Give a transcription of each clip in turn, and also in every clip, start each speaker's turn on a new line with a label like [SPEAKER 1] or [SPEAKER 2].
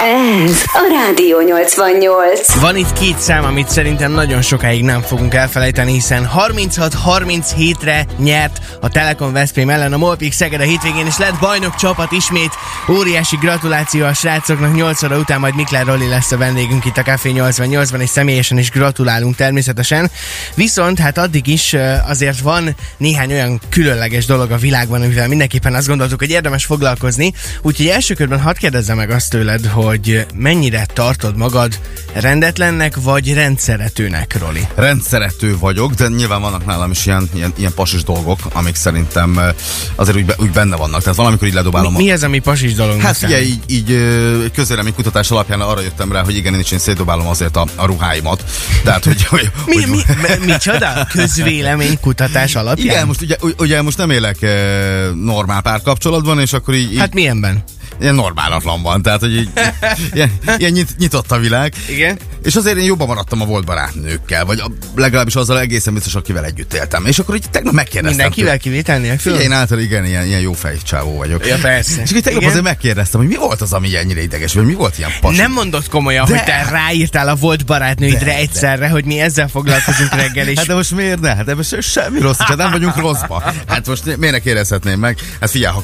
[SPEAKER 1] Ez a Rádió 88.
[SPEAKER 2] Van itt két szám, amit szerintem nagyon sokáig nem fogunk elfelejteni, hiszen 36-37-re nyert a Telekom Veszprém ellen a Molpix Szeged a hétvégén, és lett bajnok csapat ismét. Óriási gratuláció a srácoknak, 8 óra után majd Mikler Roli lesz a vendégünk itt a Café 88-ban, és személyesen is gratulálunk természetesen. Viszont hát addig is azért van néhány olyan különleges dolog a világban, amivel mindenképpen azt gondoltuk, hogy érdemes foglalkozni. Úgyhogy első körben hadd kérdezzem meg azt tőled, hogy mennyire tartod magad rendetlennek vagy rendszeretőnek, Roli?
[SPEAKER 3] Rendszerető vagyok, de nyilván vannak nálam is ilyen pasis dolgok, amik szerintem azért úgy benne vannak. Tehát valamikor így ledobálom.
[SPEAKER 2] Mi az, ami pasis dolog?
[SPEAKER 3] Hát ugye így közvélemény kutatás alapján arra jöttem rá, hogy igen, én szétdobálom azért a ruháimat. Tehát, hogy
[SPEAKER 2] micsoda? Közvélemény kutatás alapján?
[SPEAKER 3] Igen, most nem élek normál párkapcsolatban, és akkor így...
[SPEAKER 2] Hát milyenben?
[SPEAKER 3] Ilyen normálatlanban, tehát hogy így, ilyen nyitott a világ.
[SPEAKER 2] Igen.
[SPEAKER 3] És azért én jobban maradtam a volt barátnőkkel, vagy legalábbis azzal egészen biztos, akivel együtt éltem. És akkor így tegnap megkérdeztem.
[SPEAKER 2] Mindenkivel kivétel nélkül?
[SPEAKER 3] Én általában ilyen jó fejcsávó vagyok.
[SPEAKER 2] Ja, persze.
[SPEAKER 3] És így tegnap azért megkérdeztem, hogy mi volt az, ami ennyire ideges, vagy mi volt ilyen pasi.
[SPEAKER 2] Nem mondod komolyan, hogy te ráírtál a volt barátnőidre egyszerre, hogy mi ezzel foglalkozunk reggel is.
[SPEAKER 3] Hát de most miért ne? Hát ebben semmi rossz, csak nem vagyunk rosszba. Hát most miért ne kérdezhetném meg? Hát figyelj,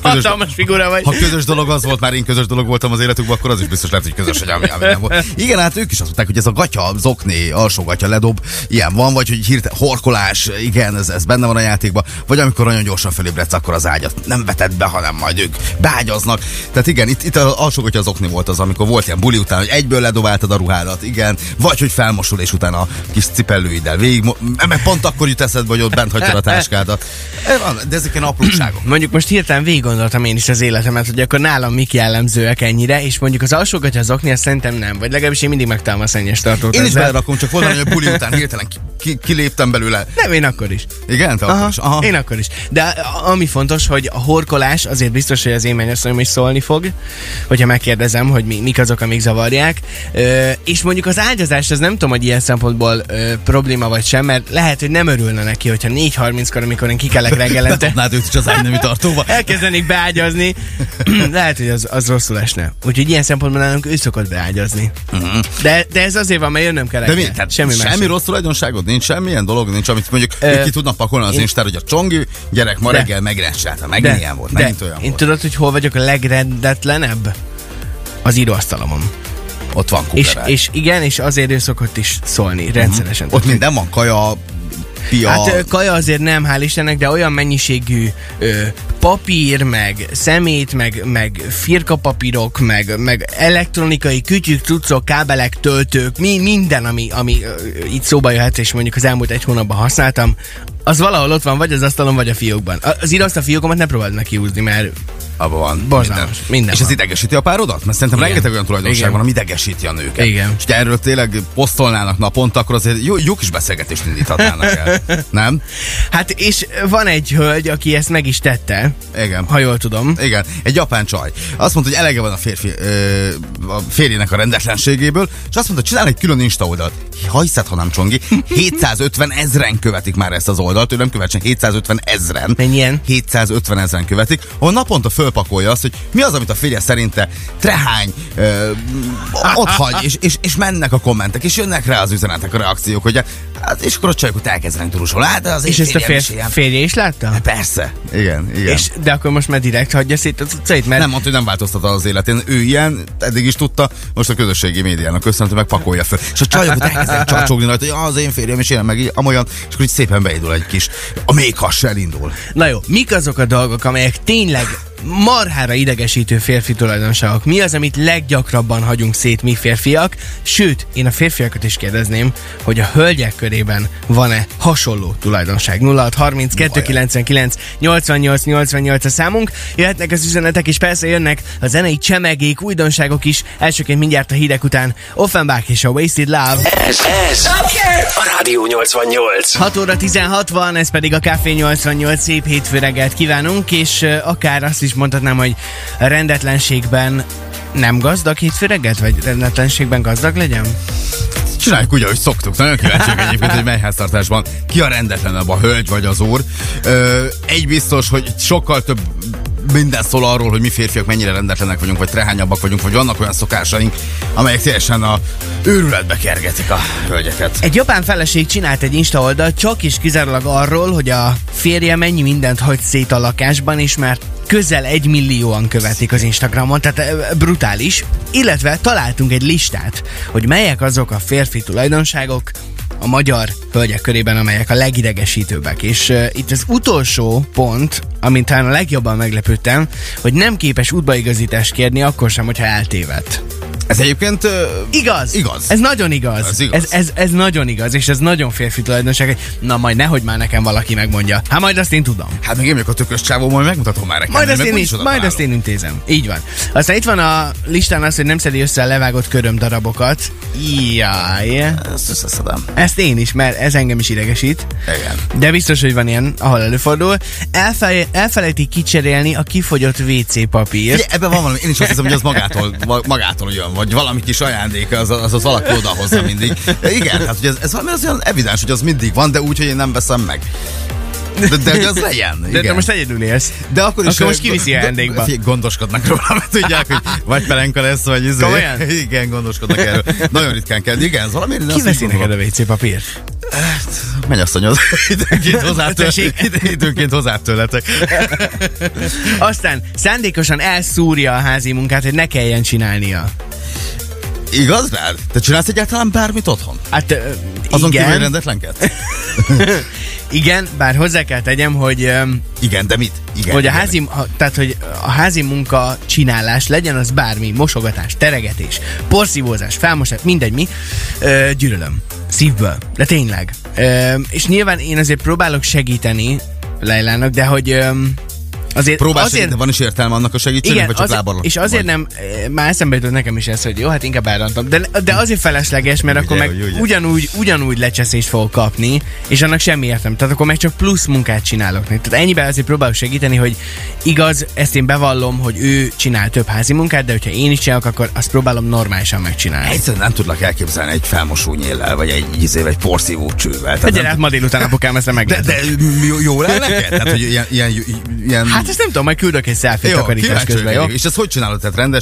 [SPEAKER 3] ha közös dolog az volt, már én közös dolog voltam az életükben, akkor az is biztos lehet, hogy közös, hogy ami nem volt. Igen, hát ők is azt mondták, hogy ez a gatya, zokné, alsó gatya ledob, ilyen van, vagy hogy hirtelen horkolás, igen, ez benne van a játékban, vagy amikor nagyon gyorsan felébredsz, akkor az ágyat nem veted be, hanem majd ők beágyaznak. Tehát igen, itt az alsó gatya, zokné volt az, amikor volt ilyen buli után, hogy egyből ledobáltad a ruhádat, igen, vagy hogy felmosul és utána a kis cipellőiddel végig, meg pont akkor jut eszedbe, hogy ott bent hagytad a táskádat. De ezek ilyen apróságok.
[SPEAKER 2] Mondjuk most hirtelen végig gondoltam én is az életemet, hogy akkor nálam mik jellemzőek ennyire, és mondjuk az alsógatya az okni, azt szerintem nem. Vagy legalábbis én mindig megtalálom a szennyes tartót.
[SPEAKER 3] Én is belerakom, csak volna, hogy a buli után hirtelen kiléptem belőle.
[SPEAKER 2] Nem, én akkor is.
[SPEAKER 3] Igen?
[SPEAKER 2] Aha. Én akkor is. De ami fontos, hogy a horkolás azért biztos, hogy az én mennyasszonyom is szólni fog, hogyha megkérdezem, hogy mik azok, amik zavarják. És mondjuk az ágyazás, az nem tudom, hogy ilyen szempontból probléma vagy sem, mert lehet, hogy nem örülne neki, hogyha 4:30-kor, amikor én kikelek reggelente.
[SPEAKER 3] Betopnád őt is az ágynemi tartóba.
[SPEAKER 2] Elkezdenék beágyazni. Lehet, hogy az rosszul esne. Úgyhogy ilyen szempontból nálunk ő szokott beágyazni. De ez azért van, mert jönnöm kell.
[SPEAKER 3] De mi? Semmi rossz tulajdonságod? Nincs semmilyen dolog? Nincs, amit mondjuk ki tudnak pakolni az Instán, hogy a csongi gyerek ma reggel megrendselte. Megint ilyen volt. Megint olyan volt.
[SPEAKER 2] Tudod, hogy hol vagyok a legrendetlenebb? Az íróasztalomon.
[SPEAKER 3] Ott van kuperál.
[SPEAKER 2] És igen, és azért ő szokott is szólni rendszeresen.
[SPEAKER 3] Ott minden van, kaja, pia.
[SPEAKER 2] Hát kaja azért nem, hál' Istennek, de olyan mennyiségű papír, meg szemét, meg firkapapírok, meg elektronikai kütyük, cuccok, kábelek, töltők, minden, ami itt szóba jöhet, és mondjuk az elmúlt egy hónapban használtam, az valahol ott van, vagy az asztalon, vagy a fiókban. Az írasztal fiókomat ne próbáld meg kiúzni, mert
[SPEAKER 3] abban van.
[SPEAKER 2] Borzalmas. Minden
[SPEAKER 3] és
[SPEAKER 2] van.
[SPEAKER 3] ez idegesíti a párodat? Mert szerintem rengeteg olyan tulajdonság van, ami idegesíti a nőket.
[SPEAKER 2] Igen.
[SPEAKER 3] És erről tényleg posztolnának naponta, akkor azért jó kis beszélgetést indíthatnának el. Nem?
[SPEAKER 2] Hát és van egy hölgy, aki ezt meg is tette.
[SPEAKER 3] Igen.
[SPEAKER 2] Ha jól tudom.
[SPEAKER 3] Igen. Egy japán csaj. Azt mondta, hogy elege van a férjének a rendetlenségéből, és azt mondta, hogy csinál egy külön Insta oldalt. Hajszed, ha nem csongi. 750 000 követik már ezt az oldalt, ő nem követ sem, 750 000.
[SPEAKER 2] Mennyien?
[SPEAKER 3] 750 000 követik, ahol naponta fölpakolja azt, hogy mi az, amit a férje szerinte trehány, ott hagy, és mennek a kommentek, és jönnek rá az üzenetek, a reakciók, hogy hát, és akkor a csajok ott elkezdenek turusolni. Hát, az
[SPEAKER 2] és ezt a férje is látta?
[SPEAKER 3] Persze. Igen.
[SPEAKER 2] De akkor most már direkt hagyja szét az utcait, mert...
[SPEAKER 3] Nem mondta, hogy nem változtat az életén. Ő ilyen, eddig is tudta, most a közösségi médiának köszönhető, meg pakolja föl. És a csajok ott elkezdenek csacsogni rajta, hogy az én férjem is ilyen, meg amolyan, és akkor így szépen beindul egy kis, a méhas elindul.
[SPEAKER 2] Na jó, mik azok a dolgok, amelyek tényleg marhára idegesítő férfi tulajdonságok? Mi az, amit leggyakrabban hagyunk szét mi férfiak? Sőt, én a férfiakat is kérdezném, hogy a hölgyek körében van-e hasonló tulajdonság? 0632 99 88 88 a számunk. Jöhetnek az üzenetek, és persze jönnek a zenei csemegék, újdonságok is. Elsőként mindjárt a hírek után Offenbach és a Wasted Love.
[SPEAKER 4] Ez a Rádió 88.
[SPEAKER 2] 6 óra 16 van, ez pedig a Café 88. Szép hétfő reggelt kívánunk, és akár azt is mondhatnám, hogy a rendetlenségben nem gazdag hétfő reggelt, vagy rendetlenségben gazdag legyen?
[SPEAKER 3] Csináljuk úgy, ahogy szoktuk. Nagyon kíváncsiak egyébként, hogy mely háztartásban ki a rendetlenebb, a hölgy vagy az úr. Egy biztos, hogy sokkal több minden szól arról, hogy mi férfiak mennyire rendetlenek vagyunk, vagy trehányabbak vagyunk, vagy vannak olyan szokásaink, amelyek teljesen a őrületbe kergetik a hölgyeket.
[SPEAKER 2] Egy japán feleség csinált egy Insta oldalt csak is kizárólag arról, hogy a férje mennyi mindent hagy szét a lakásban, és már közel 1 millióan követik az Instagramon, tehát brutális. Illetve találtunk egy listát, hogy melyek azok a férfi tulajdonságok a magyar hölgyek körében, amelyek a legidegesítőbbek. És itt az utolsó pont, amint talán a legjobban meglepődtem, hogy nem képes útbaigazítást kérni, akkor sem, hogyha eltévedt.
[SPEAKER 3] Ez egyébként
[SPEAKER 2] igaz.
[SPEAKER 3] Igaz.
[SPEAKER 2] Ez nagyon igaz.
[SPEAKER 3] Ez igaz.
[SPEAKER 2] Ez nagyon igaz, és ez nagyon férfi tulajdonság. Na majd nehogy már nekem valaki megmondja. Hát majd azt én tudom.
[SPEAKER 3] Hát meg én vagyok a tökös csávó, majd megmutatom már nekem.
[SPEAKER 2] Majd azt én intézem. Így van. Aztán itt van a listán az, hogy nem szedi össze a levágott körömdarabokat. Jaj.
[SPEAKER 3] Ezt összeszedem.
[SPEAKER 2] Ezt én is, mert ez engem is idegesít.
[SPEAKER 3] Igen.
[SPEAKER 2] De biztos, hogy van ilyen, ahol előfordul. Elfelejti kicserélni a kifogyott WC papírt.
[SPEAKER 3] Ugye, ebben van valami, én is azt hiszem, hogy az magától jön, vagy valami kis ajándék, az valaki odahozza mindig. Igen, hát hogy ez valami az olyan evidens, hogy az mindig van, de úgy, hogy én nem veszem meg. De hogy az legyen.
[SPEAKER 2] De te most egyedül élsz.
[SPEAKER 3] De akkor
[SPEAKER 2] most kiviszi ajándékba.
[SPEAKER 3] Gondoskodnak róla, mert tudják, hogy vagy pelenka lesz, vagy izé. Igen, gondoskodnak erről. Nagyon ritkán kell. Igen, ez valami.
[SPEAKER 2] Ki veszi neked a WC papírt?
[SPEAKER 3] Mennyasszonyod. Időnként hozzá tőletek.
[SPEAKER 2] Aztán szándékosan elszúrja a házi munkát, hogy ne kelljen csinálnia.
[SPEAKER 3] Igaz rád? Te csinálsz egyáltalán bármit otthon?
[SPEAKER 2] Hát
[SPEAKER 3] azon
[SPEAKER 2] igen.
[SPEAKER 3] kívül rendetlenkedsz?
[SPEAKER 2] Igen, bár hozzá kell tegyem, hogy...
[SPEAKER 3] igen, de mit? Igen,
[SPEAKER 2] hogy hogy a házi munka csinálás legyen az bármi, mosogatás, teregetés, porszívózás, felmosás, mindegy mi, gyűlölöm. Szívből. De tényleg. És nyilván én azért próbálok segíteni Leilának, de hogy... Azért
[SPEAKER 3] de van is értelme annak a segítségnek, vagy csak lábarlak?
[SPEAKER 2] És azért nem, már eszembe jutott nekem is ez, hogy jó, hát inkább elrontom. De azért felesleges, mert akkor meg ugyanúgy lecseszést fogok kapni, és annak semmi értem. Tehát akkor meg csak plusz munkát csinálok. Tehát ennyiben azért próbálok segíteni, hogy igaz, ezt én bevallom, hogy ő csinál több házi munkát, de hogyha én is csinálok, akkor azt próbálom normálisan megcsinálni.
[SPEAKER 3] Egyszerűen nem tudlak elképzelni egy felmosó nyéllel, vagy egy porszívó csővel.
[SPEAKER 2] Gyere hát ma délután, apukám, ezt meg
[SPEAKER 3] de jó lenne neked? Tehát, hogy ilyen...
[SPEAKER 2] Hát ezt nem tudom, majd küldök egy selfie takarítás közben, jó?
[SPEAKER 3] És ezt hogy csinálod? Tehát rendes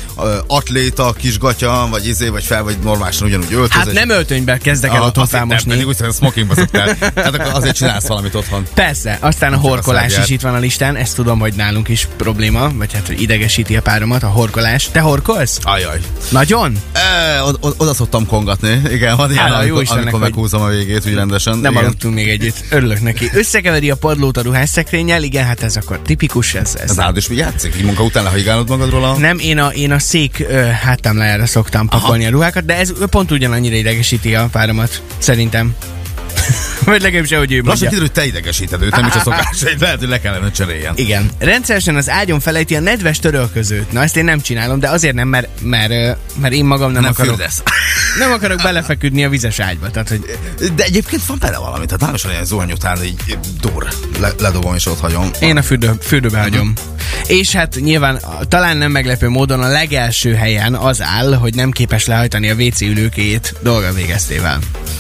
[SPEAKER 3] atléta, kisgatya, vagy normálisan ugyanúgy öltözés?
[SPEAKER 2] Hát nem öltönyben kezdek el otthon felmosni.
[SPEAKER 3] Nem, pedig úgy szerintem smokingba szoktál. Tehát akkor azért csinálsz valamit otthon.
[SPEAKER 2] Persze, aztán a horkolás is itt van a listán, ezt tudom, hogy nálunk is probléma, vagy hát, hogy idegesíti a páromat, a horkolás. Te horkolsz?
[SPEAKER 3] Ajaj.
[SPEAKER 2] Nagyon?
[SPEAKER 3] Oda szoktam kongatni. Igen, van ilyen, amikor meghúzom a végét, úgy rendesen.
[SPEAKER 2] Nem aludtunk még együtt. Örülök neki. Összekeveri a padlót a ruhásszekrényel, igen, hát ez akkor tipikus. Ez
[SPEAKER 3] nálad is játszik? Így munka után lehajigálod magadról?
[SPEAKER 2] Nem, én a szék hátamlájára szoktam pakolni a ruhákat, de ez pont ugyanannyira idegesíti a páromat, szerintem. Vagy legalábbis, ahogy ő mondja. Lassan
[SPEAKER 3] kiderül, hogy te idegesíted őt, nem is a szokásait. Lehet, hogy le kellene cseréljen.
[SPEAKER 2] Igen. Rendszeresen az ágyon felejti a nedves törölközőt. Na, ezt én nem csinálom, de azért nem, mert én magam nem akarok. Nem akarok belefeküdni a vizes ágyba. Tehát, hogy...
[SPEAKER 3] De egyébként van bele valami. Tehát nálam is olyan zuhany után így ledobom és ott hagyom.
[SPEAKER 2] Én a fürdőbe hagyom. És hát nyilván talán nem meglepő módon a legelső helyen az áll, hogy nem képes lehajtani a WC ülőkét dolga végeztével.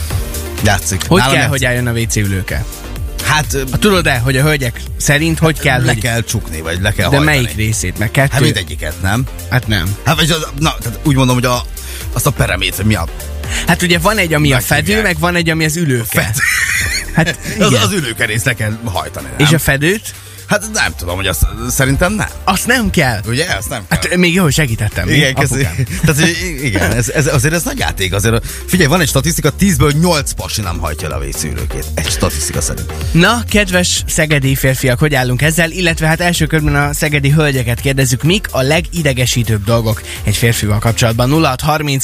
[SPEAKER 3] Játszik.
[SPEAKER 2] Hogy nálam kell, játszik. Hogy álljon a WC ülőke?
[SPEAKER 3] Hát...
[SPEAKER 2] Tudod-e, hogy a hölgyek szerint hogy kell...
[SPEAKER 3] Le kell csukni, vagy le kell
[SPEAKER 2] de
[SPEAKER 3] hajtani.
[SPEAKER 2] Melyik részét? Meg kettő?
[SPEAKER 3] Hát mindegyiket, nem?
[SPEAKER 2] Hát nem.
[SPEAKER 3] Hát vagy tehát úgy mondom, hogy azt a peremét, mi a...
[SPEAKER 2] Hát ugye van egy, ami a fedő, meg van egy, ami az ülőke. Hát
[SPEAKER 3] az ülőke részt le kell hajtani, nem?
[SPEAKER 2] És a fedőt?
[SPEAKER 3] Hát nem tudom, hogy azt szerintem nem.
[SPEAKER 2] Azt nem kell.
[SPEAKER 3] Ugye? Azt nem kell.
[SPEAKER 2] Hát még jól segítettem.
[SPEAKER 3] Igen, tehát, igen, azért ez nagy játék. Azért, figyelj, van egy statisztika, 10-ből 8 pasi nem hajtja le a WC-ülőkét. Egy statisztika szerint.
[SPEAKER 2] Na, kedves szegedi férfiak, hogy állunk ezzel? Illetve hát első körben a szegedi hölgyeket kérdezzük, mik a legidegesítőbb dolgok egy férfival kapcsolatban. 0630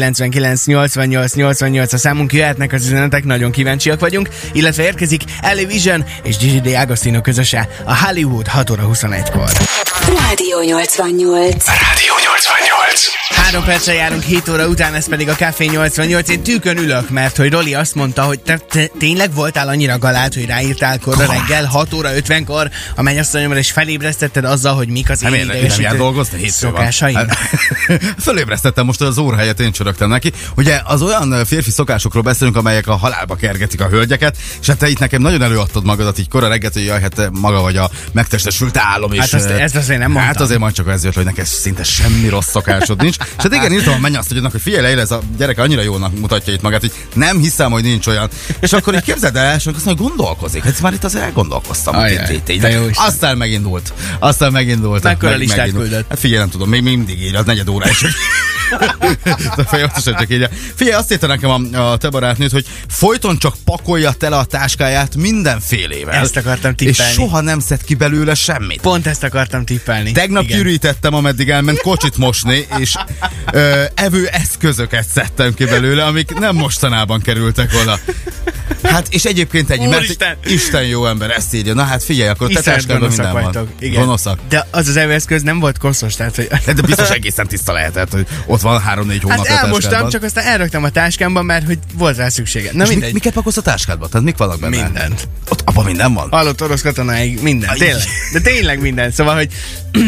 [SPEAKER 2] 299 88 88 a számunk, jöhetnek az üzenetek, nagyon kíváncsiak vagyunk. Illetve érkezik Ellie Vision és Gigi D'Agostino közöse a Hollywood 6 óra 21-kor.
[SPEAKER 1] Rádió 88.
[SPEAKER 4] Rádió 88.
[SPEAKER 2] 3 perccel járunk 7 óra után, ez pedig a Café 88. Én tűkön ülök, mert hogy Roli azt mondta, hogy te tényleg voltál annyira galált, hogy ráírtál korra reggel 6 óra 50-kor a mennyasszonyomra, és felébresztetted azzal, hogy mik az én idegesítő szokásaim.
[SPEAKER 3] Fölébresztettem most az óra helyett, én csörögtem neki. Ugye az olyan férfi szokásokról beszélünk, amelyek a halálba kergetik a hölgyeket, és hát te itt nekem nagyon előadtad magadat így korra reggel, hogy jaj, hát maga vagy a megtestesült álom.
[SPEAKER 2] Hát ezt azért nem mondtam.
[SPEAKER 3] Hát azért majd csak ezért, hogy neked szinte semmi rossz szokásod nincs. És hát igen, írtam a mennyasszonyodnak, hogy figyelj le, ez a gyerek annyira jónak mutatja itt magát, hogy nem hiszem, hogy nincs olyan. És akkor így képzeld el, és azt mondja, gondolkozik. Hát már itt azért elgondolkoztam. Aztán megindult.
[SPEAKER 2] Mekkora listát küldött?
[SPEAKER 3] Hát figyelj, nem tudom, még mindig így, az 4 óra is. Figyelj, azt írta nekem a te barátnőd, hogy folyton csak pakolja tele a táskáját mindenfélével.
[SPEAKER 2] Ezt akartam tippelni.
[SPEAKER 3] És soha nem szed ki belőle semmit.
[SPEAKER 2] Pont ezt akartam tippelni.
[SPEAKER 3] Tegnap gyűrítettem, ameddig elment kocsit mosni, és evő eszközöket szedtem ki belőle, amik nem mostanában kerültek oda. Hát, és egyébként ennyi, mert Isten jó ember, ezt írja. Na hát figyelj, akkor te táskádban minden van. Gonoszak.
[SPEAKER 2] De az evőeszköz nem volt koszos, tehát hogy...
[SPEAKER 3] De biztos egészen tiszta lehetett, hogy ott van 3-4 hónapja
[SPEAKER 2] hát elmostam, csak aztán elraktam a táskámban, mert hogy volt rá szüksége. Na mindegy.
[SPEAKER 3] Miket pakolsz a táskádba? Tehát mik vannak benne?
[SPEAKER 2] Mindent.
[SPEAKER 3] Ott abban minden van?
[SPEAKER 2] Hallott orosz katonáig, minden. Tényleg. De tényleg minden. Szóval, hogy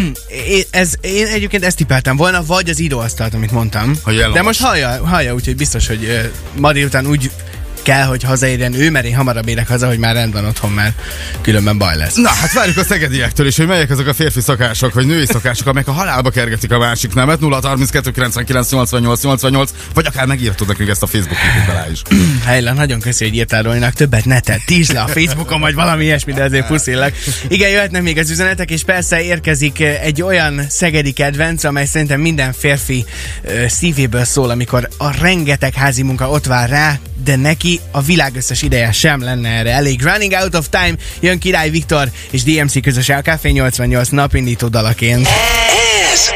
[SPEAKER 2] én egyébként ezt tippeltem volna, vagy az íróasztalt, amit mondtam. De most hallja, úgyhogy biztos, hogy ma délután úgy kell, hogy hazaérjen ő, mert én hamarabb érek haza, hogy már rend van otthon, mert különben baj lesz.
[SPEAKER 3] Na, hát várjuk a szegediektől is, hogy melyek azok a férfi szokások, vagy női szokások, amelyek a halálba kergetik a másik nemet. 032 99 88 88, vagy akár megírtad nekünk ezt a Facebook linkünkbe alá is.
[SPEAKER 2] Hejla, nagyon köszi, hogy írtál Rolinak, többet ne tedd, tízd le a Facebookon, vagy valami ilyesmi, de azért puszillak. Igen, jöhetnek még az üzenetek, és persze érkezik egy olyan szegedi kedvenc, amely szerintem minden férfi szívéből szól, amikor a rengeteg házi munka ott vár rá, de neki a világ összes ideje sem lenne erre elég. Running Out of Time, jön Király Viktor és DMC közösen a Café 88 napindító dalaként.
[SPEAKER 4] Ez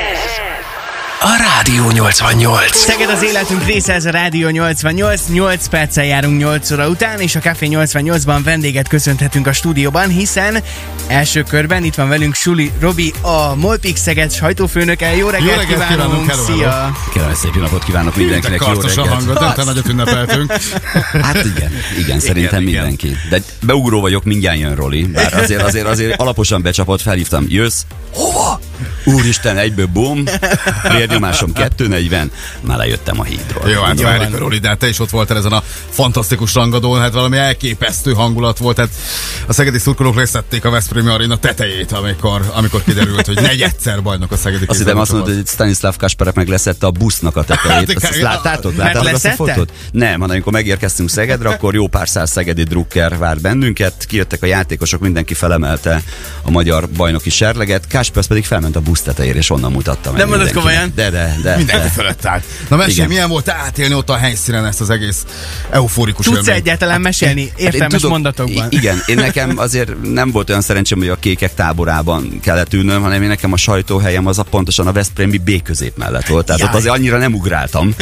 [SPEAKER 4] a Rádió 88.
[SPEAKER 2] Szeged az életünk része, ez a Rádió 88. 8 perccel járunk 8 óra után, és a Café 88-ban vendéget köszönhetünk a stúdióban, hiszen első körben itt van velünk Suli Robi, a Molpix Szeged sajtófőnöke. Jó reggelt kívánunk! Szia!
[SPEAKER 5] Kérem, szép napot kívánok mindenkinek, jó reggelt!
[SPEAKER 3] Hangot, nem nagyot ünnepeltünk.
[SPEAKER 5] Hát igen, szerintem mindenki. De beugró vagyok, mindjárt jön Roli, bár azért alaposan becsapott, felhívtam, jössz? Hova? Úristen, egyből bum, vérnyomásom 240, már lejöttem a hídról.
[SPEAKER 3] Jó, hát várjuk a Roli, de te is ott voltál ezen a fantasztikus rangadón, hát valami elképesztő hangulat volt, hát a szegedi szurkolók leszették a Veszprémi Aréna tetejét, amikor kiderült, hogy negyedszer bajnok a szegedi.
[SPEAKER 5] Azt hiszem azt mondod, hogy Stanislav Kasparek meg leszette a busznak a tetejét. Azt láttátok azt a fotót? Nem, hanem amikor megérkeztünk Szegedre, akkor jó pár száz szegedi drukker várt bennünket, kijöttek a játékosok, mindenki felemelte a magyar bajnoki serleget, Kaspers pedig felment a busz tetejére, és onnan mutatta meg.
[SPEAKER 2] Nem mondod komolyan?
[SPEAKER 5] De.
[SPEAKER 3] Mindenki fölött állt. Na mesélj, milyen volt átélni ott a helyszínen ezt az egész eufórikus élményt?
[SPEAKER 2] Tudsz egyáltalán mesélni értelmes mondatokban?
[SPEAKER 5] Igen, én nekem azért nem volt olyan szerencsém, hogy a kékek táborában kellett ülnöm, hanem én nekem a sajtóhelyem az pontosan a veszprémi B közép mellett volt. Tehát ott azért annyira nem ugráltam.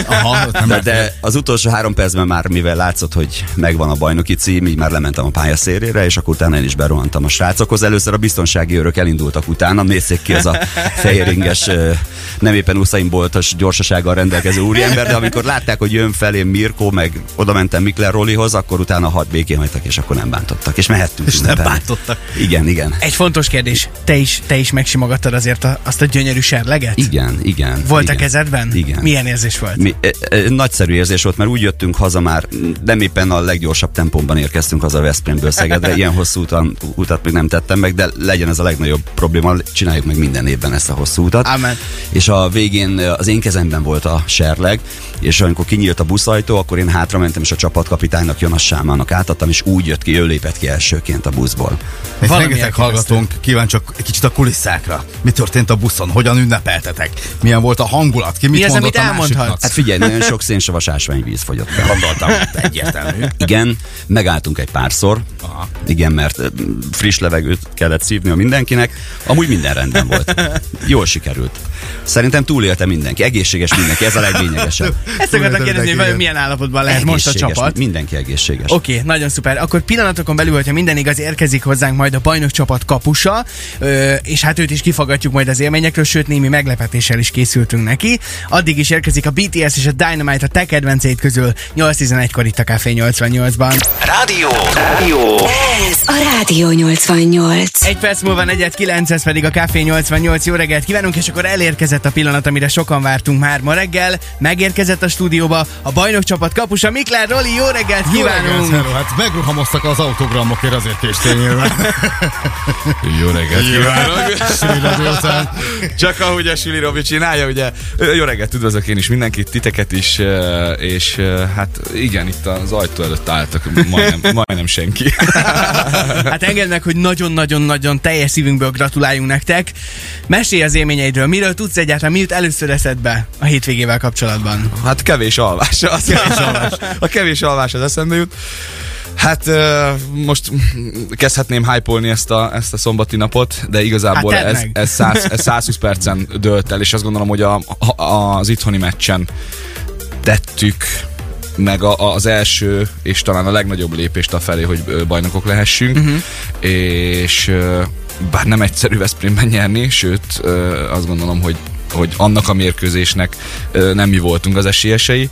[SPEAKER 5] De az utolsó 3 percben már, mivel látszott, hogy megvan a bajnoki cím, így már lementem a pályaszélére, és akkor utána én is berohantam a srácokhoz. Először a biztonsági őrök elindultak utána, nézzék ki ez a fehéringes, nem éppen Usain Boltos gyorsasággal rendelkező úriember, de amikor látták, hogy jön felém Mirko, meg oda mentem Mikler Rolihoz, akkor utána 6 békén hagytak, és akkor nem bántottak. És mehettünk.
[SPEAKER 3] És nem bántottak.
[SPEAKER 5] Igen.
[SPEAKER 2] Egy fontos kérdés. Te is megsimogattad azért azt a gyönyörű serleget?
[SPEAKER 5] Igen.
[SPEAKER 2] Volt a kezedben?
[SPEAKER 5] Igen.
[SPEAKER 2] Milyen érzés volt?
[SPEAKER 5] Nagyszerű érzés volt, mert úgy jöttünk haza már, nem éppen a leggyorsabb tempóban érkeztünk haza Veszprémből Szegedre, ilyen hosszú utat még nem tettem meg, de legyen ez a legnagyobb probléma, csináljuk meg minden évben ezt a hosszú utat.
[SPEAKER 2] Amen.
[SPEAKER 5] És a végén az én kezemben volt a serleg, és amikor kinyílt a buszajtó, akkor én hátramentem, és a csapatkapitánynak, Jonas Sámának átadtam, és úgy jött ki, ő lépett ki elsőként a buszból.
[SPEAKER 3] Rengeteg hallgatónk kíváncsiak egy kicsit a kulisszákra. Mi történt a buszon? Hogyan ünnepeltetek? Milyen volt a hangulat? Ki mit mondott a másiknak?
[SPEAKER 5] Hát figyelj, nagyon sok szénsavas ásványvíz fogyott el.
[SPEAKER 3] Gondoltam, egyértelmű.
[SPEAKER 5] Igen, megálltunk egy párszor. Aha. Igen, mert friss levegőt kellett szívni a mindenkinek. Amúgy minden rendben volt. Jól sikerült. Szerintem túlélte mindenki, egészséges mindenki, ez a leglényegesebb.
[SPEAKER 2] Ezt akartam kérdezni, hogy milyen állapotban lehet most a csapat.
[SPEAKER 5] Mindenki egészséges.
[SPEAKER 2] Oké, nagyon szuper. Akkor pillanatokon belül, hogyha minden igaz, érkezik hozzánk majd a bajnok csapat kapusa, és hát őt is kifogatjuk majd az élményekről, sőt némi meglepetéssel is készültünk neki. Addig is érkezik a BTS és a Dynamite a te kedvenceid közül 8-11-kor itt a Café 88-ban.
[SPEAKER 4] Rádió!
[SPEAKER 1] Ez a Rádió 88.
[SPEAKER 2] Egy perc múlva 4:09, ez pedig a Café 88. Jó reggelt kívánunk, és akkor elérkezett a pillanat, amire sokan vártunk már ma reggel. Megérkezett a stúdióba a bajnok csapat kapusa, Mikler Roli, jó reggelt kívánunk!
[SPEAKER 3] Jó reggelt, hát megruhamoztak az autogramokért, azért késtél nyilván.
[SPEAKER 6] Jó reggelt kívánok!
[SPEAKER 3] Csak
[SPEAKER 6] ahogy a Süli Robi csinálja, ugye. Jó reggelt, üdvözlök én is mindenkit, titeket is, és hát igen, itt az ajtó előtt álltak majdnem senki.
[SPEAKER 2] Hát engedd meg, hogy nagyon-nagyon-nagyon teljes szívünkből gratuláljunk nektek. Mesélj az élményeidről, miről tudsz egyáltalán, mi jut először eszedbe a hétvégével kapcsolatban?
[SPEAKER 6] Hát kevés alvás. A kevés alvás az eszembe jut. Hát most kezdhetném hype-olni ezt a szombati napot, de igazából
[SPEAKER 2] hát
[SPEAKER 6] ez 120 percen dőlt el, és azt gondolom, hogy az itthoni meccsen tettük meg az első és talán a legnagyobb lépést afelé, hogy bajnokok lehessünk, és bár nem egyszerű Veszprémben nyerni, sőt azt gondolom, hogy annak a mérkőzésnek nem mi voltunk az esélyesei,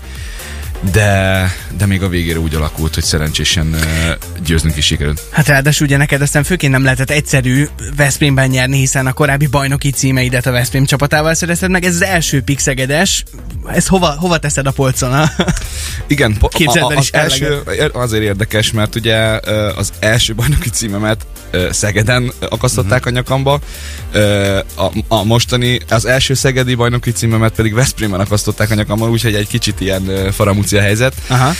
[SPEAKER 6] de még a végére úgy alakult, hogy szerencsésen győznünk is sikerült.
[SPEAKER 2] Hát ráadásul ugye neked aztán főként nem lehetett egyszerű Veszprémben nyerni, hiszen a korábbi bajnoki címeidet a Veszprém csapatával szerezted meg. Ez az első Pixegedes. Ez hova teszed a polcon?
[SPEAKER 6] Igen, az első azért érdekes, mert ugye az első bajnoki címemet Szegeden akasztották a nyakamba, a mostani, az első szegedi bajnoki címemet pedig Veszprémben akasztották a nyakamba, úgyhogy egy kicsit ilyen faramúcia helyzet.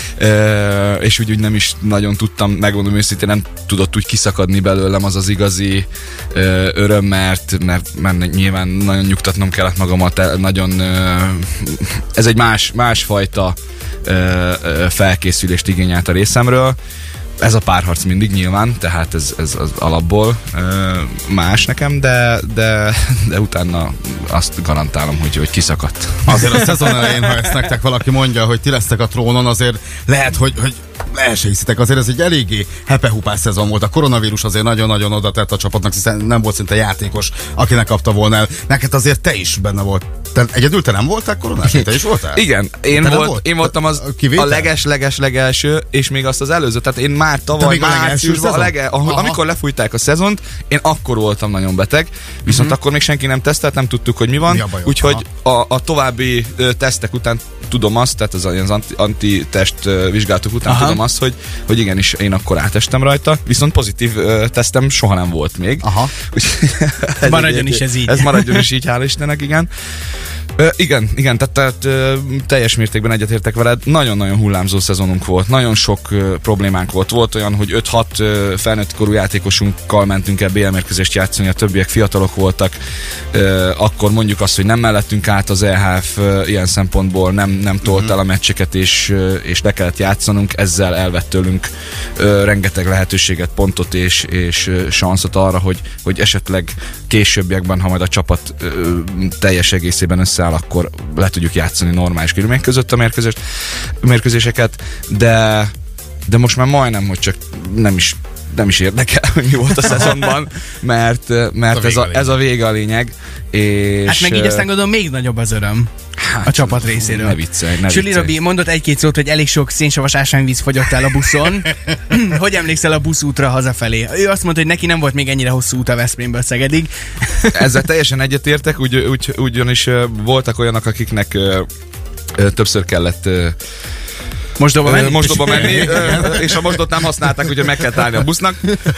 [SPEAKER 6] És úgy nem is nagyon tudtam, megmondom őszintén, nem tudott úgy kiszakadni belőlem az igazi öröm, mert nyilván nagyon nyugtatnom kellett magamat, nagyon ez egy másfajta felkészülést igényelt a részemről. Ez a párharc mindig nyilván, tehát ez az alapból más nekem, de utána azt garantálom, hogy kiszakadt.
[SPEAKER 3] Azért a szezon elején, ha ezt nektek valaki mondja, hogy ti lesztek a trónon, azért lehet, hogy le se hiszitek, azért ez egy eléggé hepehupás szezon volt. A koronavírus azért nagyon-nagyon oda tett a csapatnak, hiszen nem volt szinte játékos, akinek kapta volna el. Neked azért te is benne volt. Egyedül te nem voltál koronás? Te is voltál?
[SPEAKER 6] Igen, én voltam a legelső, és még azt az előző, tehát én már tavaly márciusban, amikor lefújták a szezont, én akkor voltam nagyon beteg, viszont akkor még senki nem tesztelt, nem tudtuk, hogy mi van, úgyhogy a további tesztek után tudom azt, tehát az antitest vizsgálatok után tudom azt, hogy igenis én akkor átestem rajta, viszont pozitív tesztem soha nem volt még.
[SPEAKER 2] Maradjon is ez így.
[SPEAKER 6] Ez maradjon is így, hál' Istennek, igen. Igen, tehát teljes mértékben egyetértek veled. Nagyon-nagyon hullámzó szezonunk volt, nagyon sok problémánk volt. Volt olyan, hogy 5-6 felnőtt korú játékosunkkal mentünk el BL mérkőzést játszani, a többiek fiatalok voltak. Akkor mondjuk azt, hogy nem mellettünk át az EHF ilyen szempontból, nem tolt el a meccseket, és le kellett játszanunk. Ezzel elvett tőlünk rengeteg lehetőséget, pontot és sanszot arra, hogy esetleg későbbiekben, ha majd a csapat teljes egészében összeáll, akkor le tudjuk játszani normális körülmények között a mérkőzéseket, de most már majdnem, hogy csak nem is érdekel, hogy mi volt a szezonban, mert ez a vége a lényeg. És
[SPEAKER 2] hát meg így aztán gondolom még nagyobb az öröm a csapat részéről.
[SPEAKER 6] Ne viccelj.
[SPEAKER 2] Süli Robi mondott egy-két szót, hogy elég sok szénsavas ásványvíz fogyott el a buszon. Hogy emlékszel a buszútra hazafelé? Ő azt mondta, hogy neki nem volt még ennyire hosszú út a Veszprémből Szegedig.
[SPEAKER 6] Ezzel teljesen egyetértek, ugyanis voltak olyanok, akiknek többször kellett mosdóba menni, és a mosdót nem használták, úgyhogy meg kell állni a busznak.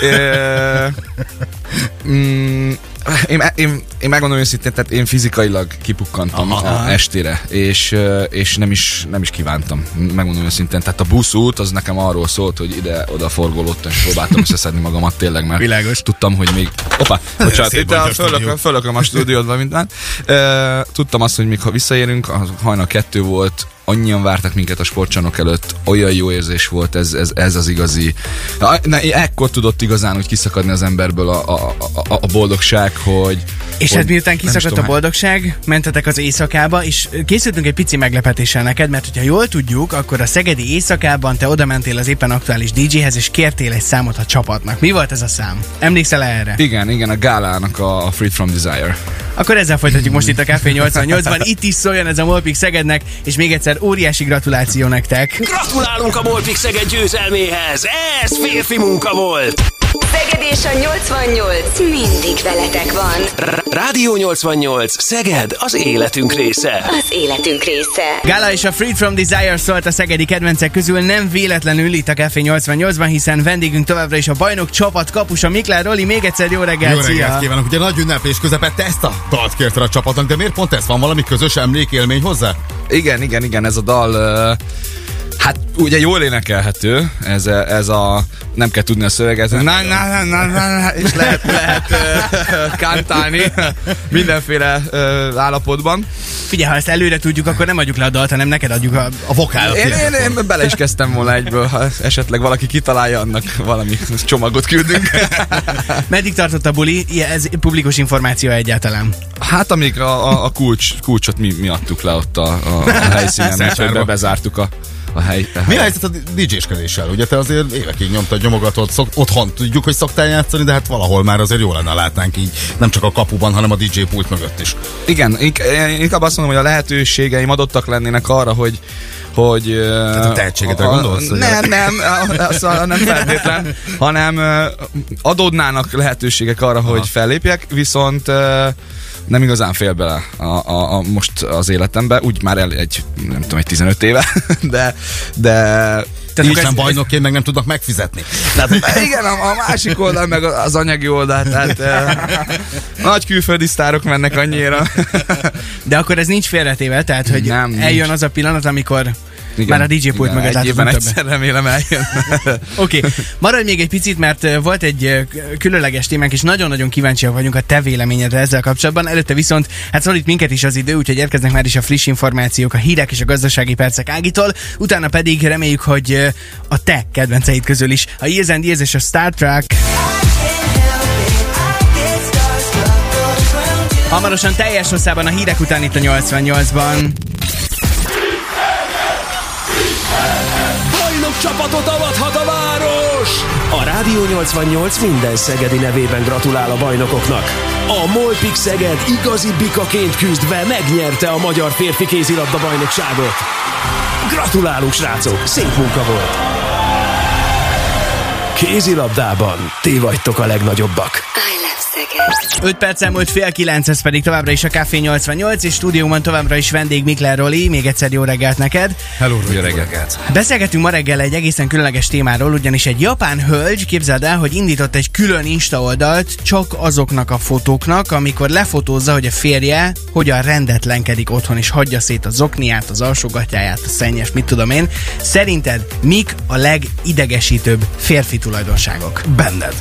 [SPEAKER 6] Én megmondom őszintén, tehát én fizikailag kipukkantam estére, és nem is kívántam, megmondom őszintén. Tehát a buszút az nekem arról szólt, hogy ide-oda forgolódtam, és próbáltam összeszedni magamat tényleg, mert
[SPEAKER 2] világos.
[SPEAKER 6] Tudtam, hogy még... Bocsánat, itt fölököm a stúdiódban mindent. Tudtam azt, hogy még ha visszaérünk, a hajnal 2 volt, annyian vártak minket a sportcsarnok előtt, olyan jó érzés volt, ez az igazi. Ekkor tudott igazán úgy kiszakadni az emberből a boldogság, hogy...
[SPEAKER 2] És hát miután kiszakadt a boldogság, mentetek az éjszakába, és készültünk egy pici meglepetéssel neked, mert hogyha jól tudjuk, akkor a szegedi éjszakában te oda mentél az éppen aktuális DJ-hez, és kértél egy számot a csapatnak. Mi volt ez a szám? Emlékszel erre?
[SPEAKER 6] Igen, a gálának a Freed from Desire.
[SPEAKER 2] Akkor ezzel folytatjuk most itt a Café 88-ban. Itt is szóljon ez a MOLPIC Szegednek, és még egyszer óriási gratuláció nektek.
[SPEAKER 4] Gratulálunk a MOLPIC Szeged győzelméhez! Ez férfi munka volt!
[SPEAKER 1] Szeged és a 88 mindig veletek van.
[SPEAKER 4] Rádió 88 Szeged az életünk része.
[SPEAKER 1] Az életünk része.
[SPEAKER 2] Gála és a Freed from Desire szólt a szegedi kedvencek közül nem véletlenül itt a Café 88-ban, hiszen vendégünk továbbra is a bajnok csapat kapusa Mikler Roli. Még egyszer jó reggelt,
[SPEAKER 3] jó reggelt kívánok! Ugye nagy ünneplés közepette ezt a dalt kérte a csapatnak, de miért pont ez van? Valami közös emlékélmény hozzá?
[SPEAKER 6] Igen, ez a dal... Hát ugye jól énekelhető, ez a nem kell tudni a szöveget, és lehet kántálni mindenféle állapotban.
[SPEAKER 2] Figyelj, ha ezt előre tudjuk, akkor nem adjuk le a dalt, hanem neked adjuk a vokálot.
[SPEAKER 6] Én bele is kezdtem volna egyből, ha esetleg valaki kitalálja, annak valami csomagot küldünk.
[SPEAKER 2] Meddig tartott a buli? Ez publikus információ egyáltalán?
[SPEAKER 6] Hát amíg a kulcsot mi adtuk le ott a helyszínen, úgyhogy bezártuk a hely.
[SPEAKER 3] Mi a helyzet a DJ-skedéssel? Ugye te azért évekig nyomtad, nyomogatod, otthon tudjuk, hogy szoktál játszani, de hát valahol már azért jó lenne látnánk így, nem csak a kapuban, hanem a DJ pult mögött is.
[SPEAKER 6] Igen, inkább azt mondom, hogy a lehetőségeim adottak lennének arra, hogy
[SPEAKER 3] tehát a tehetségetre gondolsz?
[SPEAKER 6] Nem feltétlen, hanem adódnának lehetőségek arra, hogy fellépjek, viszont nem igazán fél bele most az életembe, úgy már egy 15 éve, de
[SPEAKER 3] így nem bajnokként meg nem tudnak megfizetni.
[SPEAKER 6] Tehát, igen, a másik oldal, meg az anyagi oldal, tehát nagy külföldi sztárok mennek annyira.
[SPEAKER 2] De akkor ez nincs félretéve, tehát hogy nem, eljön nincs. Az a pillanat, amikor igen, már a DJ pult mögött
[SPEAKER 6] látod. Egyszer remélem eljön.
[SPEAKER 2] Oké, maradj még egy picit, mert volt egy különleges témánk, és nagyon-nagyon kíváncsiak vagyunk a te véleményedre ezzel kapcsolatban. Előtte viszont, hát szorít minket is az idő, úgyhogy érkeznek már is a friss információk, a hírek és a gazdasági percek Ágitól, utána pedig reméljük, hogy a te kedvenceid közül is a Years and Years és a Star Trek. Hamarosan teljes hosszában a hírek után itt a 88-ban.
[SPEAKER 4] Csapatot avathat a város! A Rádió 88 minden szegedi nevében gratulál a bajnokoknak. A MOLPIC Szeged igazi bikaként küzdve megnyerte a magyar férfi kézilabda bajnokságot. Gratulálunk, srácok! Szép munka volt! Kézilabdában ti vagytok a legnagyobbak.
[SPEAKER 2] 5 perc elmúlt 8:30, ez pedig továbbra is a Café 88, és stúdióban továbbra is vendég Mikler Roli. Még egyszer jó reggelt neked.
[SPEAKER 3] Hello, jó reggelt.
[SPEAKER 2] Beszélgetünk ma reggel egy egészen különleges témáról, ugyanis egy japán hölgy, képzeld el, hogy indított egy külön Insta oldalt csak azoknak a fotóknak, amikor lefotózza, hogy a férje hogyan rendetlenkedik otthon, és hagyja szét a zokniát, az alsógatyáját, a szennyes, mit tudom én. Szerinted mik a legidegesítőbb férfi tulajdonságok?
[SPEAKER 3] Benned.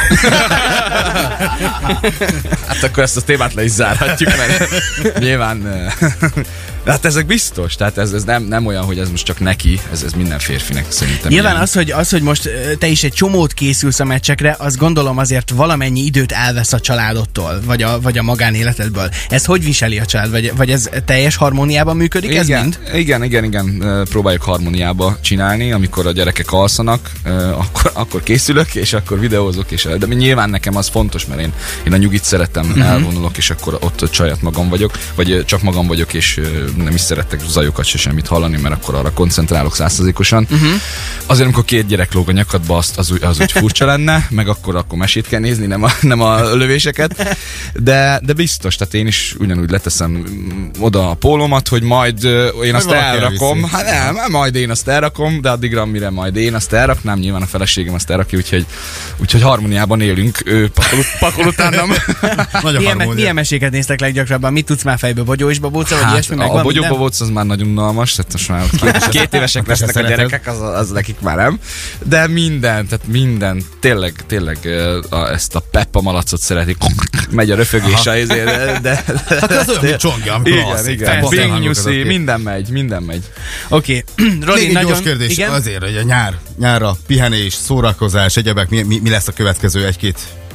[SPEAKER 6] Hát akkor ezt a témát le is zárhatjuk, mert nyilván... Hát ezek biztos, tehát ez nem olyan, hogy ez most csak neki, ez minden férfinek szerintem.
[SPEAKER 2] Nyilván az, hogy most te is egy csomót készülsz a meccsekre, azt gondolom azért valamennyi időt elvesz a családodtól, vagy a magánéletedből. Ez hogy viseli a család? Vagy ez teljes harmóniában működik?
[SPEAKER 6] Igen,
[SPEAKER 2] ez mind?
[SPEAKER 6] Igen. Próbáljuk harmóniába csinálni, amikor a gyerekek alszanak, akkor készülök, és akkor videózok, de nyilván nekem az fontos, mert én a nyugit szeretem, elvonulok, és akkor ott saját magam vagyok, vagy csak magam vagyok, és nem is szerettek zajokat se semmit hallani, mert akkor arra koncentrálok 100%-osan. Azért, amikor 2 gyerek lóg a nyakadba, az úgy furcsa lenne, meg akkor mesét kell nézni, nem a lövéseket. De biztos, tehát én is ugyanúgy leteszem oda a pólómat, hogy majd én azt elrakom. Hát nem, majd én azt elrakom, de addigra, mire majd én azt elraknám, nyilván a feleségem azt elrakja, úgyhogy harmóniában élünk, ő pakol utánam.
[SPEAKER 2] Milyen meséket néztek leggyakrabban? Mit tudsz már fejből? Bogyó és babóca, vagy ilyesmi?
[SPEAKER 6] A bogyóbabóc az már nagyon unalmas, tehát most már 2 évesek lesznek a gyerekek, az nekik már nem. De minden, tényleg ezt a Peppa malacot szeretik, megy a röfögés de
[SPEAKER 3] hát az olyan, mint csongja, amikor
[SPEAKER 6] igen, Bing Nyuszi, minden megy.
[SPEAKER 2] Oké, Roli,
[SPEAKER 3] még egy gyors kérdés azért, hogy a nyárra pihenés, szórakozás, egyebek, mi lesz a következő 1-2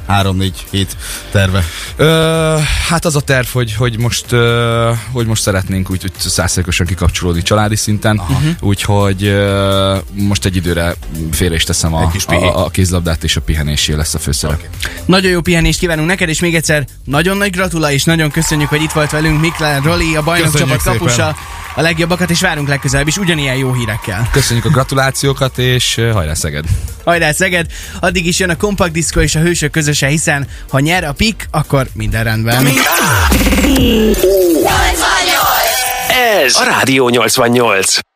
[SPEAKER 3] 3-4 hét terve?
[SPEAKER 6] Hát az a terv, hogy most szeretnénk úgy 100%-osan kikapcsolódni családi szinten, úgyhogy most egy időre félre is teszem a kézlabdát, és a pihenésé lesz a főszerep. Okay.
[SPEAKER 2] Nagyon jó pihenést kívánunk neked, és még egyszer nagyon nagy gratula, és nagyon köszönjük, hogy itt volt velünk Miklen Roli, a bajnok csapat kapusa. A legjobbakat, és várunk legközelebb is ugyanilyen jó hírekkel.
[SPEAKER 6] Köszönjük a gratulációkat, és hajrá Szeged!
[SPEAKER 2] Hajrá Szeged! Addig is jön a Kompakt Diszkó és a Hősök közöse, hiszen ha nyer a PIK, akkor minden rendben.
[SPEAKER 4] Ez a Rádió 88.